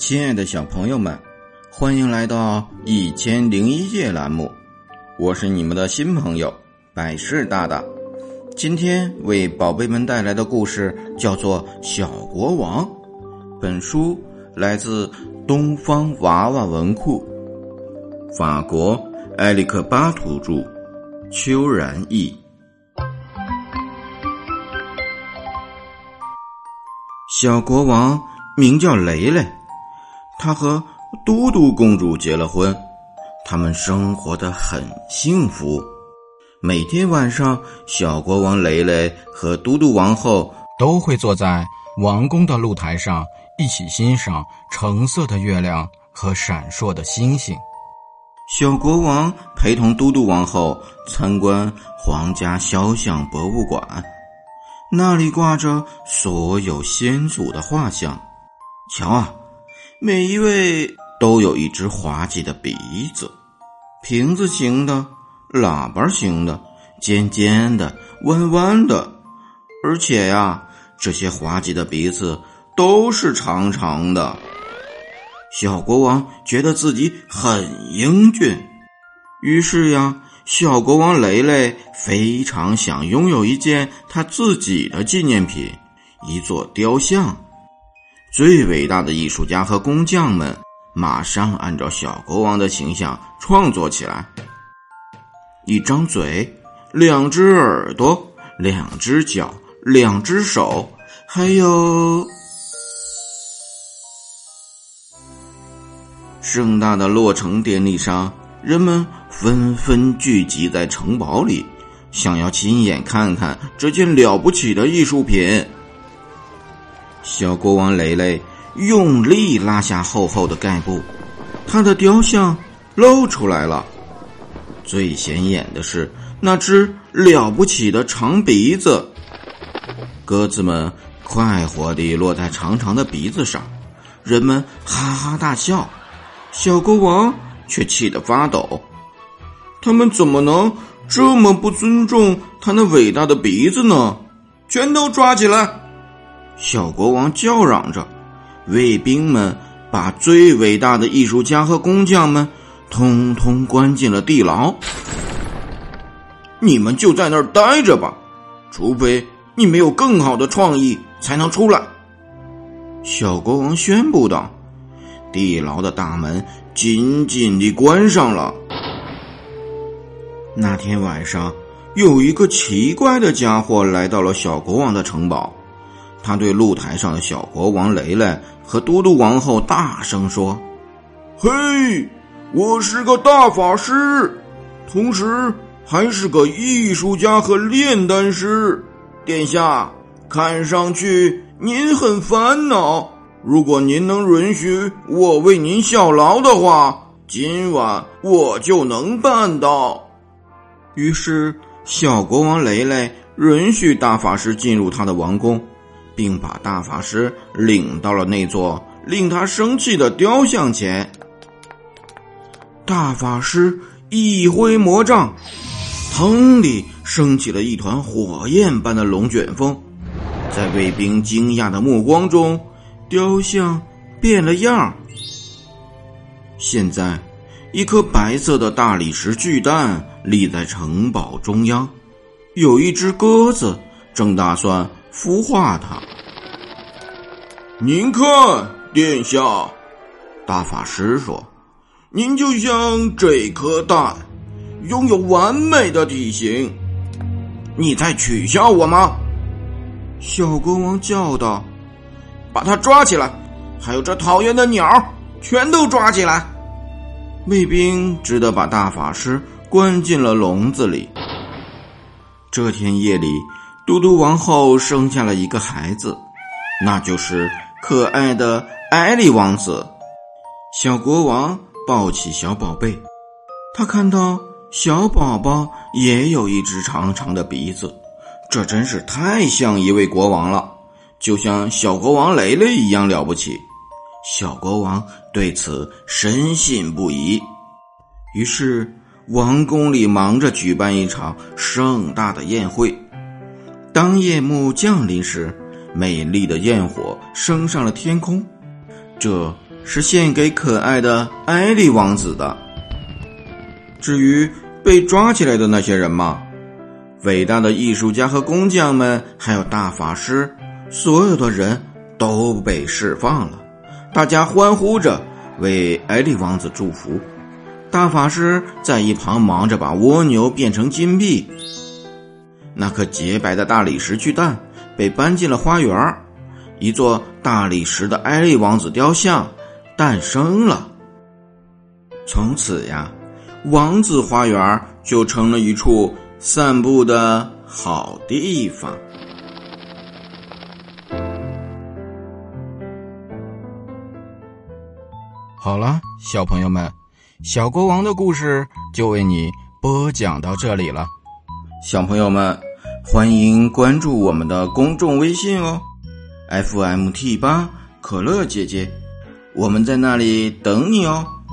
亲爱的小朋友们，欢迎来到1001夜栏目，我是你们的新朋友百事大大。今天为宝贝们带来的故事叫做《小国王》，本书来自东方娃娃文库，法国埃里克巴图著，邱然译。小国王名叫雷雷，他和嘟嘟公主结了婚，他们生活得很幸福。每天晚上，小国王雷雷和嘟嘟王后都会坐在王宫的露台上，一起欣赏橙色的月亮和闪烁的星星。小国王陪同嘟嘟王后参观皇家肖像博物馆，那里挂着所有先祖的画像。瞧啊，每一位都有一只滑稽的鼻子，瓶子形的，喇叭形的，尖尖的，弯弯的，而且呀，这些滑稽的鼻子都是长长的。小国王觉得自己很英俊，于是呀，小国王雷雷非常想拥有一件他自己的纪念品，一座雕像。最伟大的艺术家和工匠们马上按照小国王的形象创作起来。一张嘴，两只耳朵，两只脚，两只手，还有盛大的落成典礼上，人们纷纷聚集在城堡里，想要亲眼看看这件了不起的艺术品。小国王雷雷用力拉下厚厚的盖布，他的雕像露出来了。最显眼的是那只了不起的长鼻子，鸽子们快活地落在长长的鼻子上，人们哈哈大笑，小国王却气得发抖。他们怎么能这么不尊重他那伟大的鼻子呢？全都抓起来！小国王叫嚷着，卫兵们把最伟大的艺术家和工匠们通通关进了地牢。你们就在那儿待着吧，除非你们有更好的创意才能出来。小国王宣布道。地牢的大门紧紧地关上了。那天晚上，有一个奇怪的家伙来到了小国王的城堡，他对露台上的小国王雷雷和嘟嘟王后大声说：嘿，我是个大法师，同时还是个艺术家和炼丹师。殿下，看上去您很烦恼，如果您能允许我为您效劳的话，今晚我就能办到。于是小国王雷雷允许大法师进入他的王宫，并把大法师领到了那座令他生气的雕像前。大法师一挥魔杖，腾地升起了一团火焰般的龙卷风，在卫兵惊讶的目光中，雕像变了样。现在，一颗白色的大理石巨蛋立在城堡中央，有一只鸽子正打算孵化它。您看，殿下，大法师说，您就像这颗蛋，拥有完美的体型。你在取笑我吗？小国王叫道。把他抓起来，还有这讨厌的鸟，全都抓起来。卫兵只得把大法师关进了笼子里。这天夜里，嘟嘟王后生下了一个孩子，那就是可爱的艾利王子。小国王抱起小宝贝，他看到小宝宝也有一只长长的鼻子，这真是太像一位国王了，就像小国王雷雷一样了不起。小国王对此深信不疑，于是王宫里忙着举办一场盛大的宴会。当夜幕降临时，美丽的焰火升上了天空，这是献给可爱的艾利王子的。至于被抓起来的那些人嘛，伟大的艺术家和工匠们，还有大法师，所有的人都被释放了。大家欢呼着为艾利王子祝福。大法师在一旁忙着把蜗牛变成金币。那颗洁白的大理石巨蛋被搬进了花园，一座大理石的艾利王子雕像诞生了。从此呀，王子花园就成了一处散步的好地方。好了，小朋友们，小国王的故事就为你播讲到这里了。小朋友们，欢迎关注我们的公众微信哦， FMT8 可乐姐姐，我们在那里等你哦。